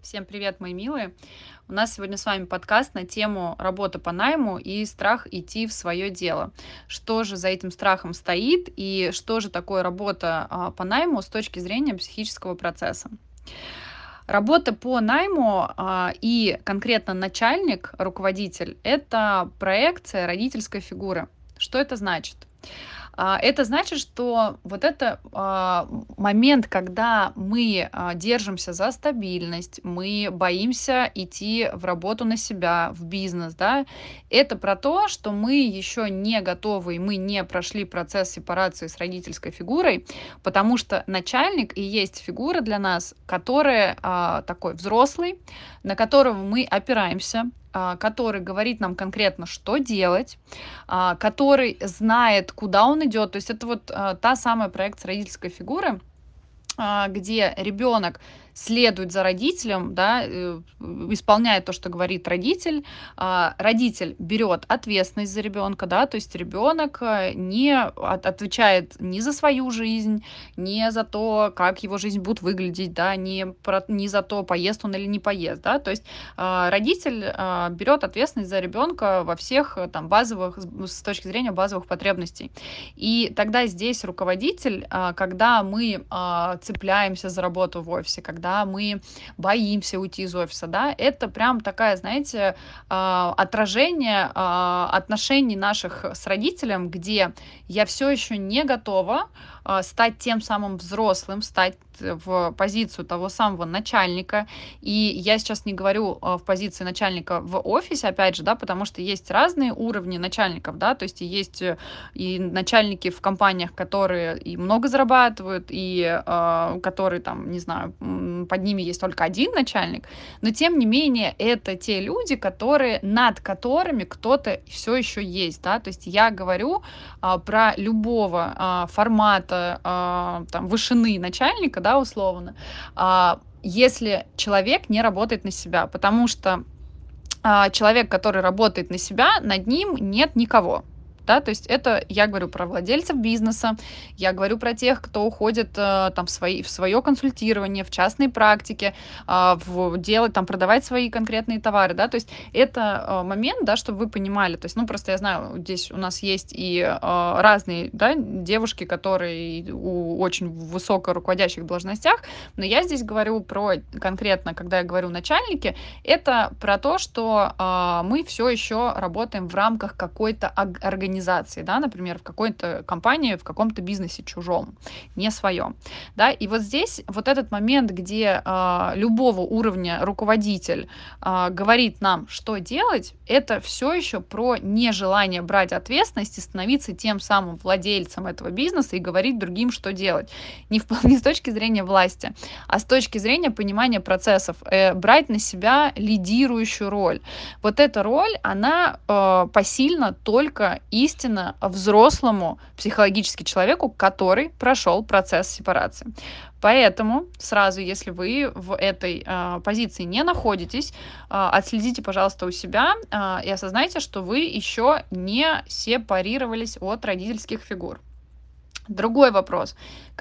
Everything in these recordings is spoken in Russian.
Всем привет, мои милые! У нас сегодня с вами подкаст на тему работа по найму и страх идти в свое дело. Что же за этим страхом стоит и что же такое работа по найму с точки зрения психического процесса? Работа по найму и конкретно начальник, руководитель– это проекция родительской фигуры. Что это значит? Это значит, что вот это момент, когда мы держимся за стабильность, мы боимся идти в работу на себя, в бизнес, да, это про то, что мы еще не готовы, и мы не прошли процесс сепарации с родительской фигурой, потому что начальник и есть фигура для нас, которая такой взрослый, на которого мы опираемся, который говорит нам конкретно, что делать, который знает, куда он идет. То есть это вот та самая проекция родительской фигуры, где ребенок следует за родителем, да, исполняет то, что говорит родитель. Родитель берет ответственность за ребенка, да, то есть ребенок не отвечает ни за свою жизнь, ни за то, как его жизнь будет выглядеть, да, ни за то, поест он или не поест, да, то есть родитель берет ответственность за ребенка во всех там базовых, с точки зрения базовых потребностей. И тогда здесь руководитель, когда мы цепляемся за работу в офисе, когда мы боимся уйти из офиса, да, это прям такая, знаете, отражение отношений наших с родителем, где я все еще не готова стать тем самым взрослым, стать в позицию того самого начальника. И я сейчас не говорю в позиции начальника в офисе, опять же, да, потому что есть разные уровни начальников, да, то есть и есть и начальники в компаниях, которые и много зарабатывают, и которые там, не знаю, под ними есть только один начальник, но тем не менее это те люди, которые, над которыми кто-то все еще есть, да, то есть я говорю про любого формата там, вышины начальника, да, условно, если человек не работает на себя, потому что человек, который работает на себя, над ним нет никого. Да, то есть это я говорю про владельцев бизнеса, я говорю про тех, кто уходит там, в свое консультирование, в частные практики, делать, там, продавать свои конкретные товары, да, то есть это момент, да, чтобы вы понимали, то есть, ну, просто я знаю, здесь у нас есть и разные, да, девушки, которые у очень высоко руководящих должностях, но я здесь говорю про конкретно, когда я говорю начальники, это про то, что мы все еще работаем в рамках какой-то организации, да, например, в какой-то компании, в каком-то бизнесе чужом, не своем, да, и вот здесь вот этот момент, где любого уровня руководитель говорит нам, что делать, это все еще про нежелание брать ответственность и становиться тем самым владельцем этого бизнеса и говорить другим, что делать. Не с точки зрения власти, а с точки зрения понимания процессов, брать на себя лидирующую роль. Вот эта роль, она посильна только истинно взрослому психологически человеку, который прошел процесс сепарации. Поэтому сразу, если вы в этой позиции не находитесь, отследите, пожалуйста, у себя и осознайте, что вы еще не сепарировались от родительских фигур. Другой вопрос.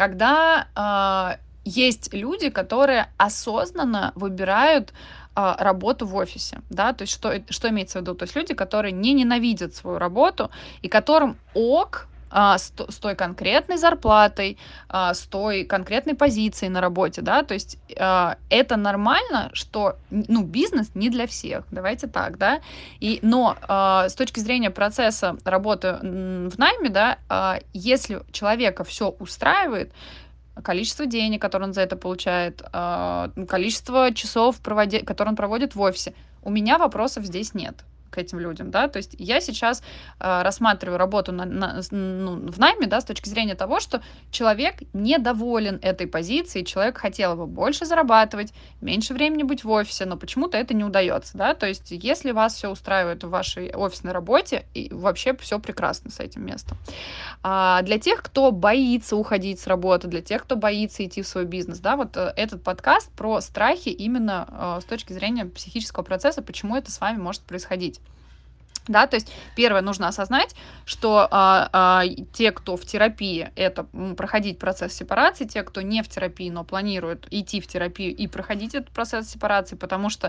Когда есть люди, которые осознанно выбирают работу в офисе, да, то есть что имеется в виду? То есть люди, которые не ненавидят свою работу и которым ок с той конкретной зарплатой, с той конкретной позицией на работе, да, то есть это нормально, что, ну, бизнес не для всех, давайте так, да, но с точки зрения процесса работы в найме, да, если человека все устраивает, количество денег, которое он за это получает, количество часов, которые он проводит в офисе. У меня вопросов здесь нет к этим людям, да, то есть я сейчас рассматриваю работу в найме, да, с точки зрения того, что человек недоволен этой позицией, человек хотел бы больше зарабатывать, меньше времени быть в офисе, но почему-то это не удается, да, то есть если вас все устраивает в вашей офисной работе, и вообще все прекрасно с этим местом. Для тех, кто боится уходить с работы, для тех, кто боится идти в свой бизнес, да, вот этот подкаст про страхи именно с точки зрения психического процесса, почему это с вами может происходить. Да, то есть первое, нужно осознать, что те, кто в терапии, это проходить процесс сепарации, те, кто не в терапии, но планирует идти в терапию и проходить этот процесс сепарации, потому что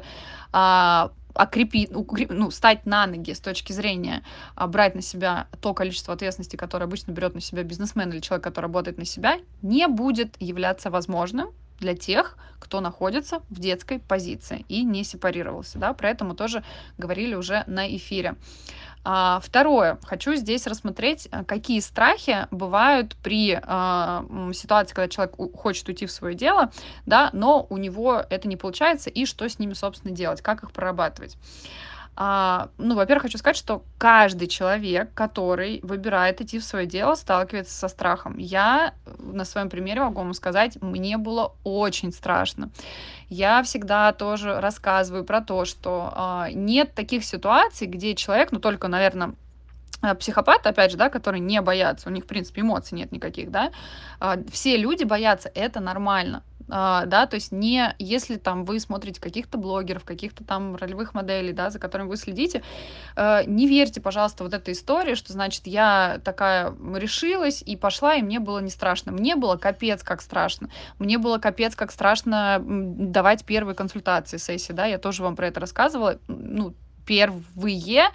стать на ноги с точки зрения брать на себя то количество ответственности, которое обычно берет на себя бизнесмен или человек, который работает на себя, не будет являться возможным для тех, кто находится в детской позиции и не сепарировался, да, про это мы тоже говорили уже на эфире. Второе, хочу здесь рассмотреть, какие страхи бывают при ситуации, когда человек хочет уйти в свое дело, да, но у него это не получается, и что с ними, собственно, делать, как их прорабатывать. Во-первых, хочу сказать, что каждый человек, который выбирает идти в свое дело, сталкивается со страхом. Я на своем примере могу вам сказать, мне было очень страшно. Я всегда тоже рассказываю про то, что нет таких ситуаций, где человек, только, наверное, психопаты, опять же, да, которые не боятся, у них, в принципе, эмоций нет никаких, да, все люди боятся, это нормально. Да, то есть если там вы смотрите каких-то блогеров, каких-то там ролевых моделей, да, за которыми вы следите, не верьте, пожалуйста, вот этой истории, что, значит, я такая решилась и пошла, и мне было не страшно. Мне было капец как страшно. Мне было капец как страшно давать первые консультации, сессии, да, я тоже вам про это рассказывала, первые,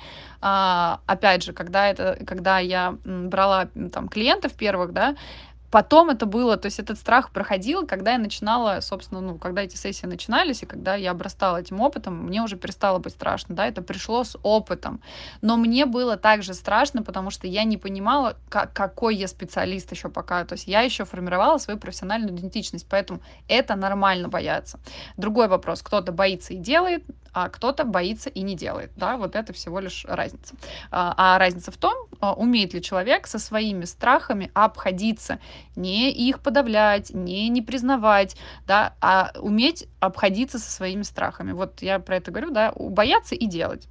опять же, когда я брала там клиентов первых, да, потом это было, то есть этот страх проходил, когда я начинала, собственно, когда эти сессии начинались, и когда я обрастала этим опытом, мне уже перестало быть страшно, да, это пришло с опытом. Но мне было также страшно, потому что я не понимала, какой я специалист еще пока, то есть я еще формировала свою профессиональную идентичность, поэтому это нормально бояться. Другой вопрос, кто-то боится и делает, а кто-то боится и не делает, да, вот это всего лишь разница. А разница в том, умеет ли человек со своими страхами обходиться, не их подавлять, не признавать, да, а уметь обходиться со своими страхами. Вот я про это говорю, да, бояться и делать.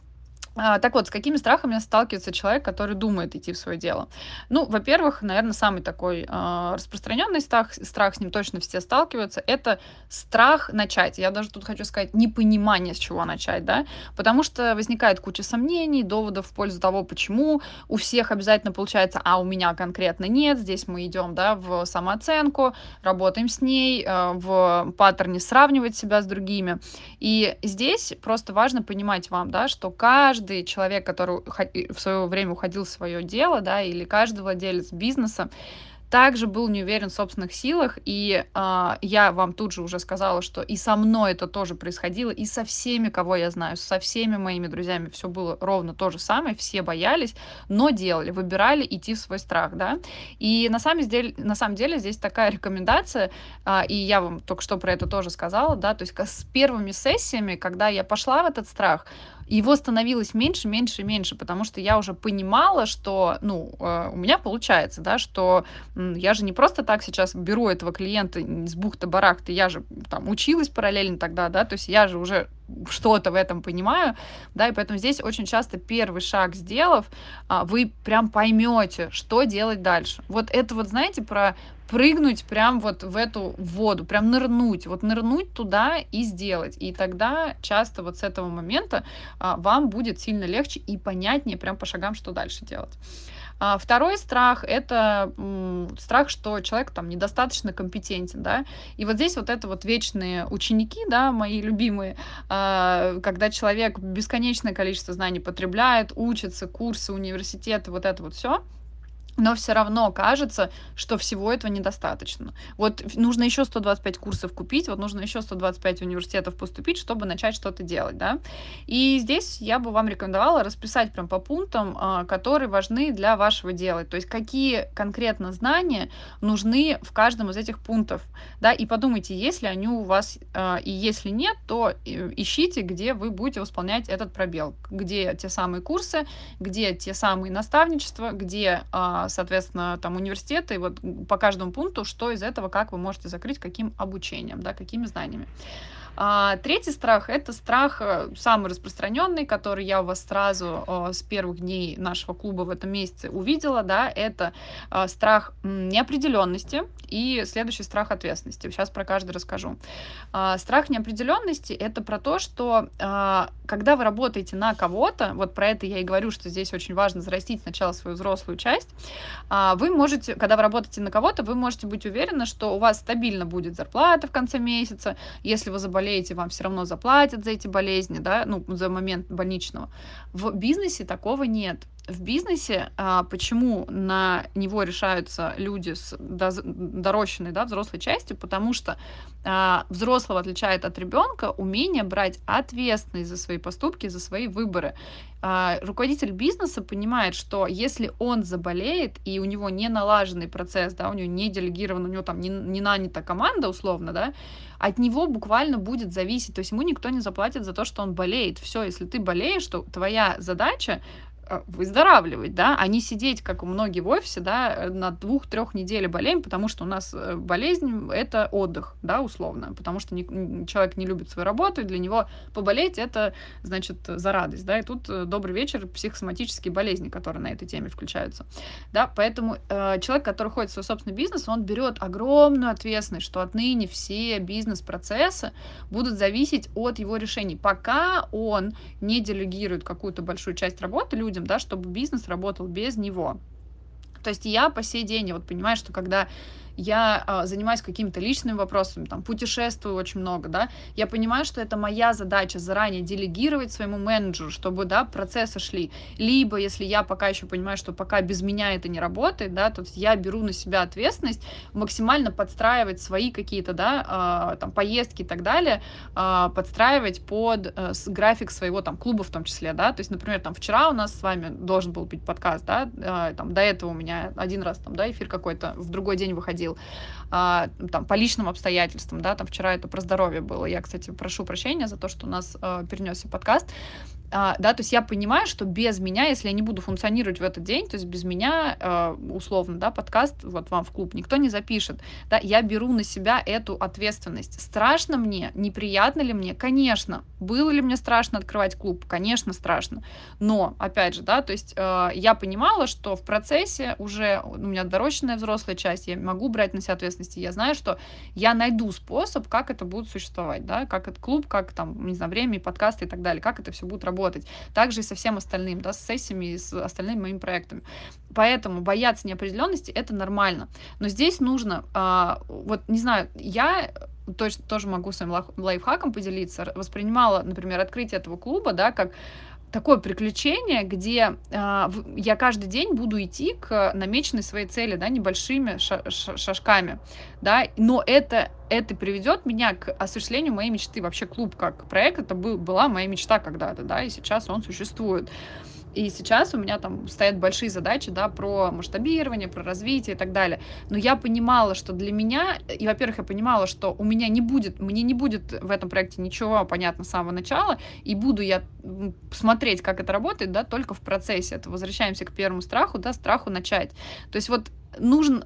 Так вот, с какими страхами сталкивается человек, который думает идти в свое дело? Во-первых, наверное, самый такой распространенный страх, с ним точно все сталкиваются, это страх начать. Я даже тут хочу сказать, непонимание, с чего начать, да, потому что возникает куча сомнений, доводов в пользу того, почему у всех обязательно получается, а у меня конкретно нет, здесь мы идем, да, в самооценку, работаем с ней, в паттерне сравнивать себя с другими. И здесь просто важно понимать вам, да, что каждый человек, который в свое время уходил в свое дело, да, или каждый владелец бизнеса, также был не уверен в собственных силах, и я вам тут же уже сказала, что и со мной это тоже происходило, и со всеми, кого я знаю, со всеми моими друзьями все было ровно то же самое, все боялись, но делали, выбирали идти в свой страх, да, и на самом деле здесь такая рекомендация, и я вам только что про это тоже сказала, да, то есть с первыми сессиями, когда я пошла в этот страх, его становилось меньше, меньше и меньше, потому что я уже понимала, что, у меня получается, да, что я же не просто так сейчас беру этого клиента с бухты-барахты, я же там училась параллельно тогда, да, то есть я же уже что-то в этом понимаю, да, и поэтому здесь очень часто первый шаг сделав, вы прям поймете, что делать дальше. Вот это вот, знаете, про прыгнуть прям вот в эту воду, прям нырнуть туда и сделать. И тогда часто вот с этого момента вам будет сильно легче и понятнее прям по шагам, что дальше делать. Второй страх — это страх, что человек там недостаточно компетентен, да, и вот здесь вот это вот вечные ученики, да, мои любимые, когда человек бесконечное количество знаний потребляет, учится, курсы, университеты, вот это вот все. Но все равно кажется, что всего этого недостаточно. Вот нужно еще 125 курсов купить, вот нужно еще 125 университетов поступить, чтобы начать что-то делать, да. И здесь я бы вам рекомендовала расписать прям по пунктам, которые важны для вашего дела. То есть какие конкретно знания нужны в каждом из этих пунктов, да, и подумайте, есть ли они у вас, и если нет, то ищите, где вы будете восполнять этот пробел, где те самые курсы, где те самые наставничества, где соответственно, там университеты, и вот по каждому пункту, что из этого, как вы можете закрыть, каким обучением, да, какими знаниями. Третий страх — это страх самый распространенный, который я у вас сразу с первых дней нашего клуба в этом месяце увидела, да, это страх неопределенности и следующий страх ответственности. Сейчас про каждый расскажу. Страх неопределенности — это про то, что когда вы работаете на кого-то, вот про это я и говорю, что здесь очень важно зарастить сначала свою взрослую часть, вы можете, когда вы работаете на кого-то, вы можете быть уверены, что у вас стабильно будет зарплата в конце месяца, если вы заболеете, вам все равно заплатят за эти болезни, да, ну, за момент больничного. В бизнесе такого нет. В бизнесе почему на него решаются люди с дорощенной, да, взрослой частью? Потому что взрослого отличает от ребенка умение брать ответственность за свои поступки, за свои выборы. Руководитель бизнеса понимает, что если он заболеет, и у него не налаженный процесс, да, у него не делегирован, у него там не нанята команда, условно, да, от него буквально будет зависеть, то есть ему никто не заплатит за то, что он болеет. Все, если ты болеешь, то твоя задача выздоравливать, да, а не сидеть, как у многих в офисе, да, на 2-3 недель болеем, потому что у нас болезнь — это отдых, да, условно, потому что человек не любит свою работу, и для него поболеть — это, значит, за радость, да, и тут добрый вечер, психосоматические болезни, которые на этой теме включаются, да, поэтому человек, который ходит в свой собственный бизнес, он берет огромную ответственность, что отныне все бизнес-процессы будут зависеть от его решений, пока он не делегирует какую-то большую часть работы людям, да, чтобы бизнес работал без него. То есть я по сей день вот понимаю, что когда я занимаюсь какими-то личными вопросами, там, путешествую очень много, да, я понимаю, что это моя задача заранее делегировать своему менеджеру, чтобы, да, процессы шли. Либо, если я пока еще понимаю, что пока без меня это не работает, да, то есть я беру на себя ответственность максимально подстраивать свои какие-то, да, там, поездки и так далее, подстраивать под график своего, там, клуба в том числе, да, то есть, например, там, вчера у нас с вами должен был быть подкаст, да, там, до этого у меня один раз, там, да, эфир какой-то в другой день выходил, там, по личным обстоятельствам, да, там вчера это про здоровье было. Я, кстати, прошу прощения за то, что у нас перенесся подкаст. Да, то есть я понимаю, что без меня, если я не буду функционировать в этот день, то есть без меня, условно, да, подкаст вот вам в клуб никто не запишет, да, я беру на себя эту ответственность. Страшно мне? Неприятно ли мне? Конечно. Было ли мне страшно открывать клуб? Конечно, страшно. Но, опять же, да, то есть я понимала, что в процессе уже у меня дорощенная взрослая часть, я могу брать на себя ответственность, и я знаю, что я найду способ, как это будет существовать, да, как этот клуб, как там, не знаю, время, подкасты и так далее, как это все будет работать. Также и со всем остальным, да, с сессиями и с остальными моими проектами. Поэтому бояться неопределенности — это нормально. Но здесь нужно, вот, не знаю, я тоже могу своим лайфхаком поделиться, воспринимала, например, открытие этого клуба, да, как такое приключение, где я каждый день буду идти к намеченной своей цели, да, небольшими шажками, да, но это приведет меня к осуществлению моей мечты. Вообще клуб как проект — это была моя мечта когда-то, да, и сейчас он существует. И сейчас у меня там стоят большие задачи, да, про масштабирование, про развитие и так далее. Но я понимала, что для меня, и, во-первых, я понимала, что мне не будет в этом проекте ничего понятно с самого начала, и буду я смотреть, как это работает, да, только в процессе. Это возвращаемся к первому страху, да, страху начать. То есть вот нужно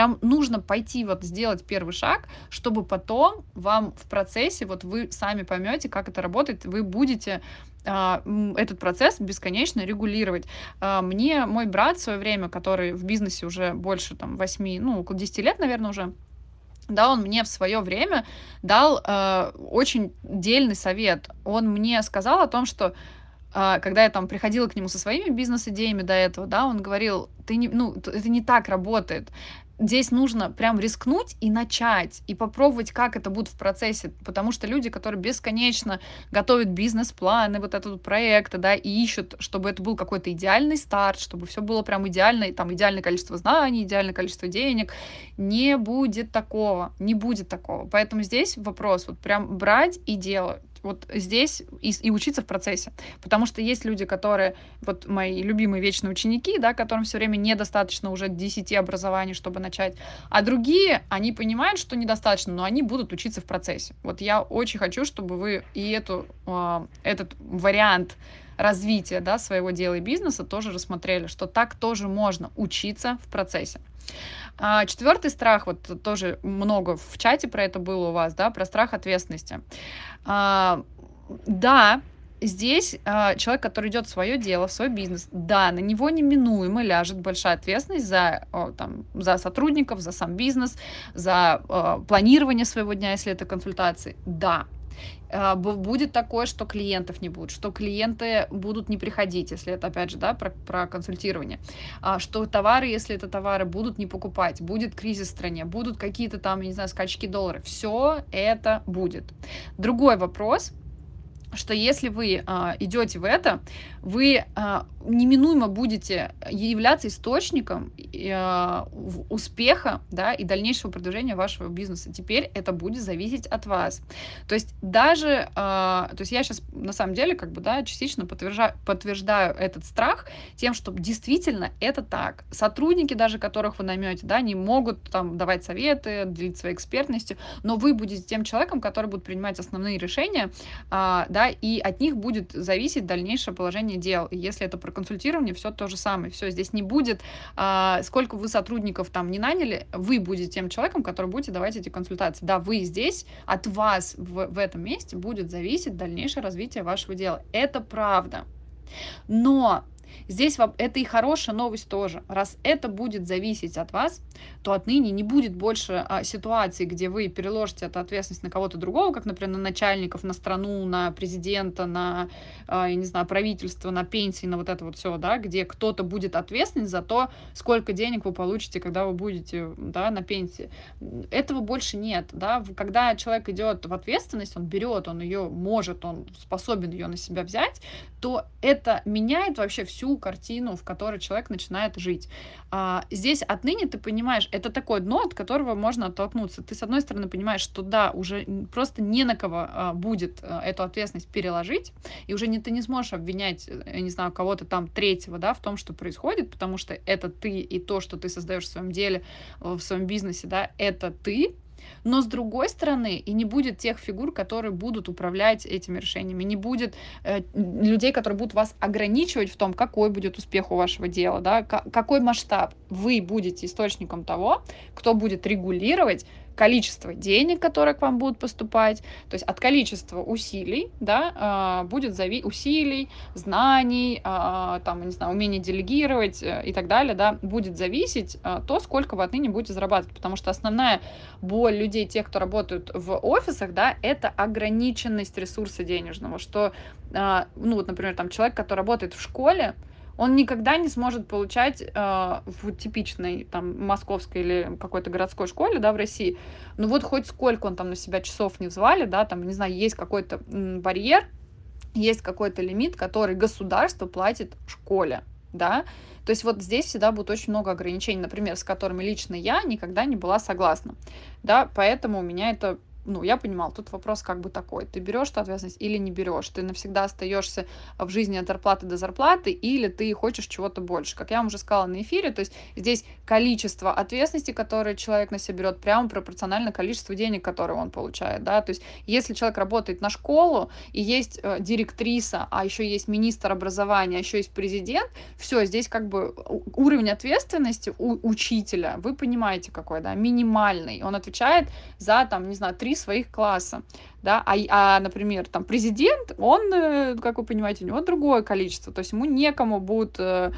пойти вот сделать первый шаг, чтобы потом вам в процессе, вот вы сами поймете, как это работает, вы будете этот процесс бесконечно регулировать. Мне мой брат в свое время, который в бизнесе уже больше там 8, ну, около 10 лет, наверное, уже, да, он мне в свое время дал очень дельный совет. Он мне сказал о том, что когда я там приходила к нему со своими бизнес-идеями до этого, да, он говорил, это не так работает. Здесь нужно прям рискнуть и начать, и попробовать, как это будет в процессе, потому что люди, которые бесконечно готовят бизнес-планы, вот этот проект, да, и ищут, чтобы это был какой-то идеальный старт, чтобы все было прям идеально, и там идеальное количество знаний, идеальное количество денег, не будет такого. Поэтому здесь вопрос вот прям брать и делать. Вот здесь и учиться в процессе. Потому что есть люди, которые, вот мои любимые вечные ученики, да, которым все время недостаточно уже 10 образований, чтобы начать. А другие, они понимают, что недостаточно, но они будут учиться в процессе. Вот я очень хочу, чтобы вы и этот вариант развития, да, своего дела и бизнеса тоже рассмотрели, что так тоже можно учиться в процессе. Четвертый страх, вот тоже много в чате про это было у вас, да, про страх ответственности. Да, здесь человек, который идет в свое дело, в свой бизнес, да, на него неминуемо ляжет большая ответственность за сотрудников, за сам бизнес, за планирование своего дня, если это консультации, да. Будет такое, что клиентов не будет, что клиенты будут не приходить, если это, опять же, да, про консультирование, что товары, если это товары, будут не покупать, будет кризис в стране, будут какие-то там, я не знаю, скачки доллара. Все это будет. Другой вопрос, что если вы идете в это, вы неминуемо будете являться источником успеха, да, и дальнейшего продвижения вашего бизнеса. Теперь это будет зависеть от вас. То есть даже, то есть я сейчас на самом деле как бы, да, частично подтверждаю этот страх тем, что действительно это так. Сотрудники даже, которых вы наймете, да, не могут там давать советы, делиться своей экспертностью, но вы будете тем человеком, который будет принимать основные решения, да, и от них будет зависеть дальнейшее положение дел. И если это про консультирование, все то же самое. Все, здесь не будет, сколько вы сотрудников там не наняли, вы будете тем человеком, который будете давать эти консультации. Да, вы здесь, от вас в этом месте будет зависеть дальнейшее развитие вашего дела. Это правда. Но здесь это и хорошая новость тоже. Раз это будет зависеть от вас, то отныне не будет больше ситуаций, где вы переложите эту ответственность на кого-то другого, как, например, на начальников, на страну, на президента, на, я не знаю, правительство, на пенсии, на вот это вот все, да, где кто-то будет ответственен за то, сколько денег вы получите, когда вы будете, да, на пенсии. Этого больше нет, да. Когда человек идет в ответственность, он берет, он ее может, он способен ее на себя взять, то это меняет вообще всю картину, в которой человек начинает жить. Здесь отныне ты понимаешь, это такое дно, от которого можно оттолкнуться. Ты, с одной стороны, понимаешь, что да, уже просто не на кого будет эту ответственность переложить, и уже ты не сможешь обвинять, я не знаю, кого-то там третьего, да, в том, что происходит, потому что это ты, и то, что ты создаешь в своем деле, в своем бизнесе, да, это ты. Но с другой стороны, и не будет тех фигур, которые будут управлять этими решениями, не будет людей, которые будут вас ограничивать в том, какой будет успех у вашего дела, да, какой масштаб. Вы будете источником того, кто будет регулировать количество денег, которые к вам будут поступать, то есть от количества усилий, да, будет зависеть усилий, знаний, там, не знаю, умения делегировать и так далее, да, будет зависеть то, сколько вы отныне будете зарабатывать, потому что основная боль людей, тех, кто работают в офисах, да, это ограниченность ресурса денежного, что, ну, вот, например, там человек, который работает в школе, он никогда не сможет получать в типичной там московской или какой-то городской школе, да, в России, ну вот хоть сколько он там на себя часов не взвалит, да, там, не знаю, есть какой-то барьер, есть какой-то лимит, который государство платит школе, да, то есть вот здесь всегда будет очень много ограничений, например, с которыми лично я никогда не была согласна, да, поэтому у меня это, ну, я понимала, тут вопрос как бы такой, ты берешь эту ответственность или не берешь, ты навсегда остаешься в жизни от зарплаты до зарплаты, или ты хочешь чего-то больше, как я вам уже сказала на эфире, то есть здесь количество ответственности, которое человек на себя берет, прямо пропорционально количеству денег, которые он получает, да, то есть если человек работает на школу, и есть директриса, а еще есть министр образования, а еще есть президент, все, здесь как бы уровень ответственности у учителя, вы понимаете какой, да, минимальный, он отвечает за, там, не знаю, 3 своих класса, да, например, там президент, он, как вы понимаете, у него другое количество, то есть ему некому будет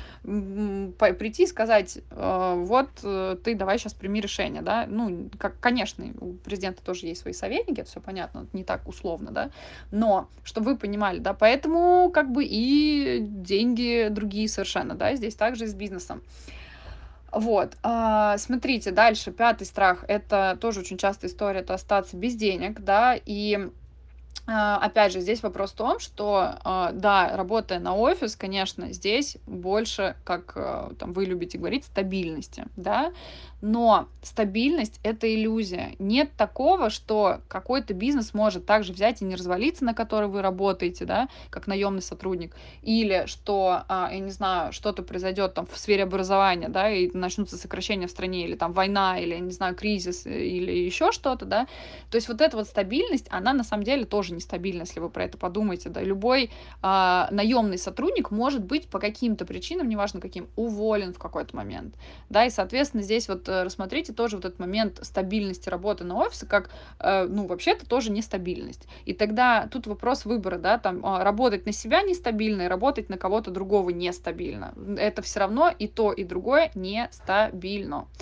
прийти и сказать, вот ты давай сейчас прими решение, да, ну, конечно, у президента тоже есть свои советники, это все понятно, не так условно, да, но, чтобы вы понимали, да, поэтому как бы и деньги другие совершенно, да, здесь также и с бизнесом. Вот, смотрите, дальше, 5-й страх, это тоже очень частая история, это остаться без денег, да, и опять же, здесь вопрос в том, что, да, работая на офис, конечно, здесь больше, как там вы любите говорить, стабильности, да, но стабильность — это иллюзия. Нет такого, что какой-то бизнес может также взять и не развалиться, на который вы работаете, да, как наемный сотрудник, или что, я не знаю, что-то произойдет там в сфере образования, да, и начнутся сокращения в стране, или там война, или, я не знаю, кризис, или еще что-то, да, то есть вот эта вот стабильность, она на самом деле тоже нестабильна, если вы про это подумаете, да, любой наемный сотрудник может быть по каким-то причинам, неважно каким, уволен в какой-то момент, да, и, соответственно, здесь вот рассмотрите тоже вот этот момент стабильности работы на офисе, как, ну, вообще это тоже нестабильность. И тогда тут вопрос выбора, да, там, работать на себя нестабильно и работать на кого-то другого нестабильно. Это все равно и то, и другое нестабильно.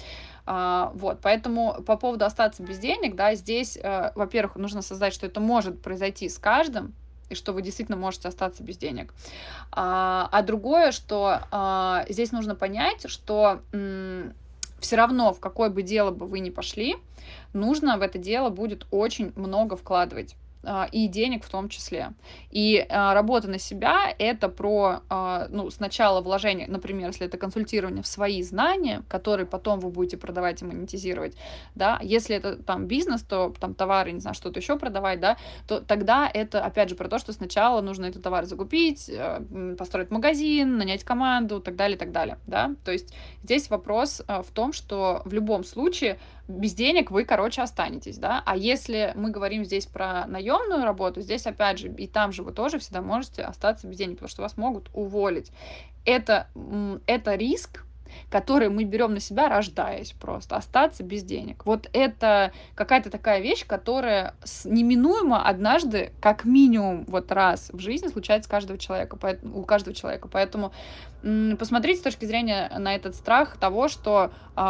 Вот, поэтому по поводу остаться без денег, да, здесь, во-первых, нужно создать, что это может произойти с каждым, и что вы действительно можете остаться без денег. А другое, что здесь нужно понять, что все равно, в какое бы дело бы вы ни пошли, нужно в это дело будет очень много вкладывать. И денег в том числе. И работа на себя — это про, ну, сначала вложение, например, если это консультирование в свои знания, которые потом вы будете продавать и монетизировать, да, если это там бизнес, то там товары, не знаю, что-то еще продавать, да, то тогда это, опять же, про то, что сначала нужно этот товар закупить, построить магазин, нанять команду, так далее, да, то есть здесь вопрос в том, что в любом случае без денег вы, короче, останетесь, да, а если мы говорим здесь про наемную работу, здесь, опять же, и там же вы тоже всегда можете остаться без денег, потому что вас могут уволить. Это риск, который мы берем на себя, рождаясь просто, остаться без денег. Вот это какая-то такая вещь, которая неминуемо однажды, как минимум вот раз в жизни случается у каждого человека. Поэтому посмотрите с точки зрения на этот страх того, что,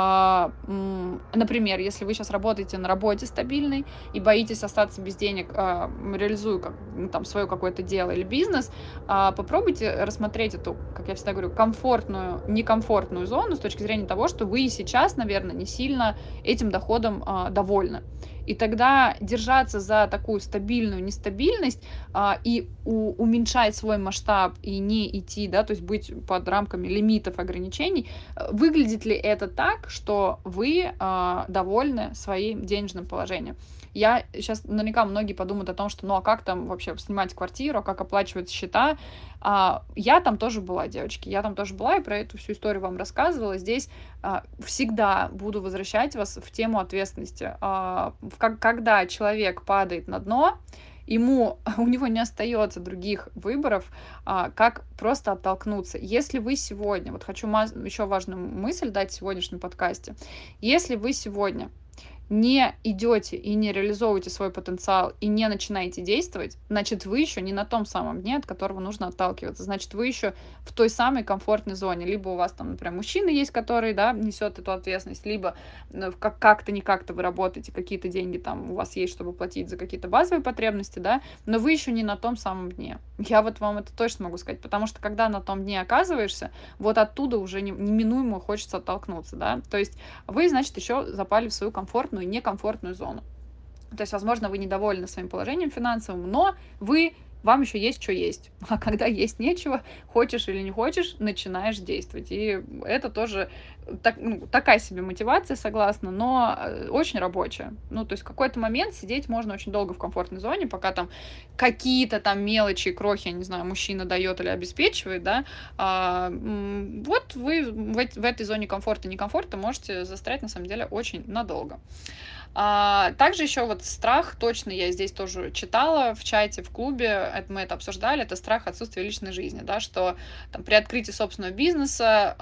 например, если вы сейчас работаете на работе стабильной и боитесь остаться без денег, реализуя там свое какое-то дело или бизнес, попробуйте рассмотреть эту, как я всегда говорю, комфортную, некомфортную зону с точки зрения того, что вы сейчас, наверное, не сильно этим доходом довольны. И тогда держаться за такую стабильную нестабильность и уменьшать свой масштаб и не идти, да, то есть быть под рамками лимитов, ограничений, выглядит ли это так, что вы довольны своим денежным положением? Я сейчас наверняка многие подумают о том, что ну а как там вообще снимать квартиру, как оплачивать счета. Я там тоже была, девочки, я там тоже была, и про эту всю историю вам рассказывала. Здесь всегда буду возвращать вас в тему ответственности. Когда человек падает на дно, у него не остается других выборов, как просто оттолкнуться. Если вы сегодня, вот хочу еще важную мысль дать в сегодняшнем подкасте, если вы сегодня не идете и не реализовываете свой потенциал и не начинаете действовать, значит, вы еще не на том самом дне, от которого нужно отталкиваться. Значит, вы еще в той самой комфортной зоне. Либо у вас там, например, мужчина есть, который, да, несет эту ответственность, либо как-то, не как-то вы работаете, какие-то деньги там у вас есть, чтобы платить за какие-то базовые потребности, да, но вы еще не на том самом дне. Я вот вам это точно могу сказать, потому что когда на том дне оказываешься, вот оттуда уже неминуемо хочется оттолкнуться, да, то есть вы, значит, еще запали в свою комфортную и некомфортную зону. То есть, возможно, вы недовольны своим положением финансовым, но вам еще есть, что есть. А когда есть нечего, хочешь или не хочешь, начинаешь действовать. И это тоже такая себе мотивация, согласна, но очень рабочая. Ну, то есть в какой-то момент сидеть можно очень долго в комфортной зоне, пока там какие-то там мелочи, крохи, я не знаю, мужчина дает или обеспечивает, да, вот вы в этой зоне комфорта и некомфорта можете застрять, на самом деле, очень надолго. Также еще вот страх, точно я здесь тоже читала в чате, в клубе, мы это обсуждали, это страх отсутствия личной жизни, да, что там, при открытии собственного бизнеса,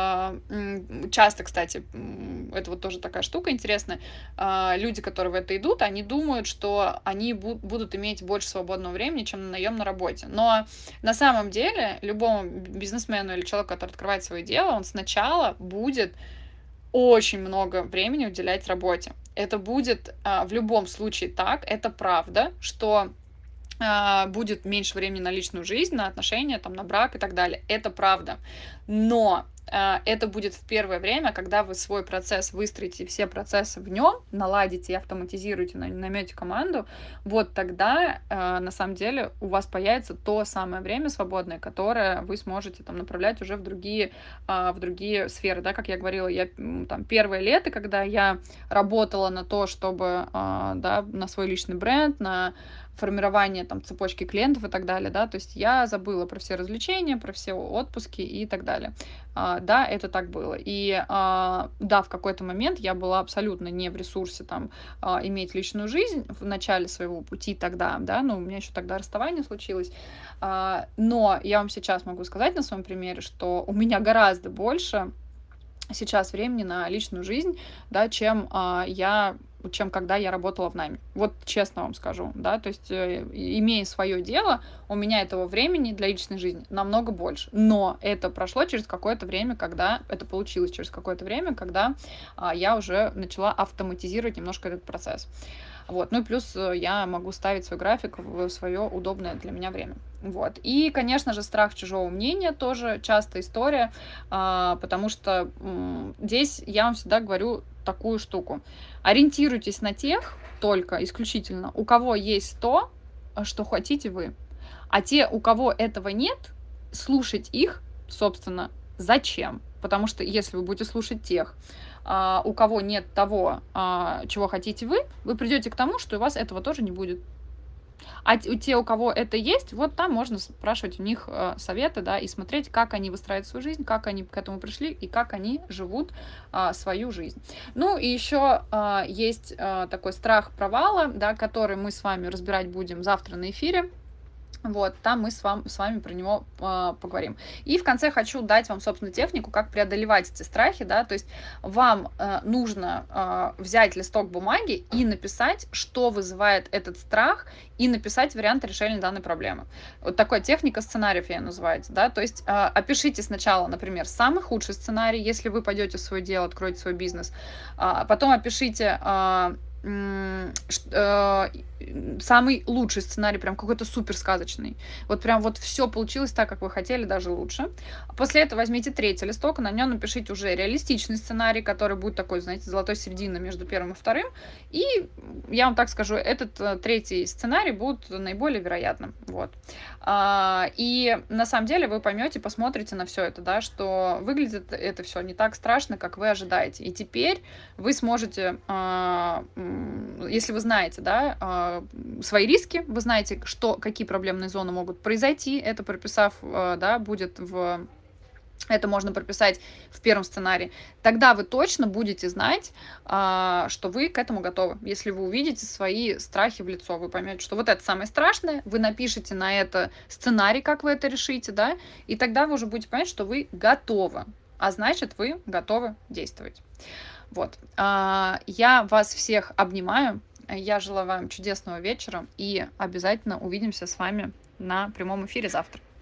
часто, кстати, это вот тоже такая штука интересная, люди, которые в это идут, они думают, что они будут иметь больше свободного времени, чем на наемной работе, но на самом деле любому бизнесмену или человеку, который открывает свое дело, он сначала будет очень много времени уделять работе. Это будет в любом случае так, это правда, что будет меньше времени на личную жизнь, на отношения, там, на брак и так далее. Это правда. Но это будет в первое время, когда вы свой процесс выстроите, все процессы в нем наладите и автоматизируете, наймете команду, вот тогда на самом деле у вас появится то самое время свободное, которое вы сможете там направлять уже в другие сферы, да, как я говорила, я там первое лето, когда я работала на то, чтобы, да, на свой личный бренд, на формирование там цепочки клиентов и так далее, да, то есть я забыла про все развлечения, про все отпуски и так далее. Да, это так было. И да, в какой-то момент я была абсолютно не в ресурсе там иметь личную жизнь в начале своего пути тогда, да, ну, у меня еще тогда расставание случилось, но я вам сейчас могу сказать на своем примере, что у меня гораздо больше сейчас времени на личную жизнь, да, чем когда я работала в найме. Вот честно вам скажу, да, то есть, имея свое дело, у меня этого времени для личной жизни намного больше. Но это прошло через какое-то время, когда это получилось через какое-то время, когда я уже начала автоматизировать немножко этот процесс. Вот. Ну и плюс я могу ставить свой график в свое удобное для меня время. Вот. И, конечно же, страх чужого мнения тоже частая история, потому что здесь я вам всегда говорю такую штуку. Ориентируйтесь на тех только исключительно, у кого есть то, что хотите вы. А те, у кого этого нет, слушать их, собственно, зачем? Потому что если вы будете слушать тех, у кого нет того, чего хотите вы придете к тому, что у вас этого тоже не будет. Те, у кого это есть, вот там можно спрашивать у них советы, да, и смотреть, как они выстраивают свою жизнь, как они к этому пришли и как они живут свою жизнь. Ну и еще есть такой страх провала, да, который мы с вами разбирать будем завтра на эфире. Вот, там мы с вами про него поговорим. И в конце хочу дать вам, собственно, технику, как преодолевать эти страхи, да, то есть вам нужно взять листок бумаги и написать, что вызывает этот страх, и написать варианты решения данной проблемы. Вот такая техника сценариев я называется, да, то есть опишите сначала, например, самый худший сценарий, если вы пойдете в свое дело, откроете свой бизнес, потом опишите самый лучший сценарий, прям какой-то супер сказочный. Вот прям вот все получилось так, как вы хотели, даже лучше. После этого возьмите третий листок, и на нем напишите уже реалистичный сценарий, который будет такой, знаете, золотой серединой между первым и вторым. И я вам так скажу, этот третий сценарий будет наиболее вероятным. Вот. И на самом деле вы поймете, посмотрите на все это, да, что выглядит это все не так страшно, как вы ожидаете. И теперь вы сможете, если вы знаете, да, свои риски, вы знаете, какие проблемные зоны могут произойти, это прописав, да, будет это можно прописать в первом сценарии, тогда вы точно будете знать, что вы к этому готовы. Если вы увидите свои страхи в лицо, вы поймете, что вот это самое страшное, вы напишите на это сценарий, как вы это решите, да, и тогда вы уже будете понимать, что вы готовы, а значит, вы готовы действовать. Вот. Я вас всех обнимаю. Я желаю вам чудесного вечера и обязательно увидимся с вами на прямом эфире завтра.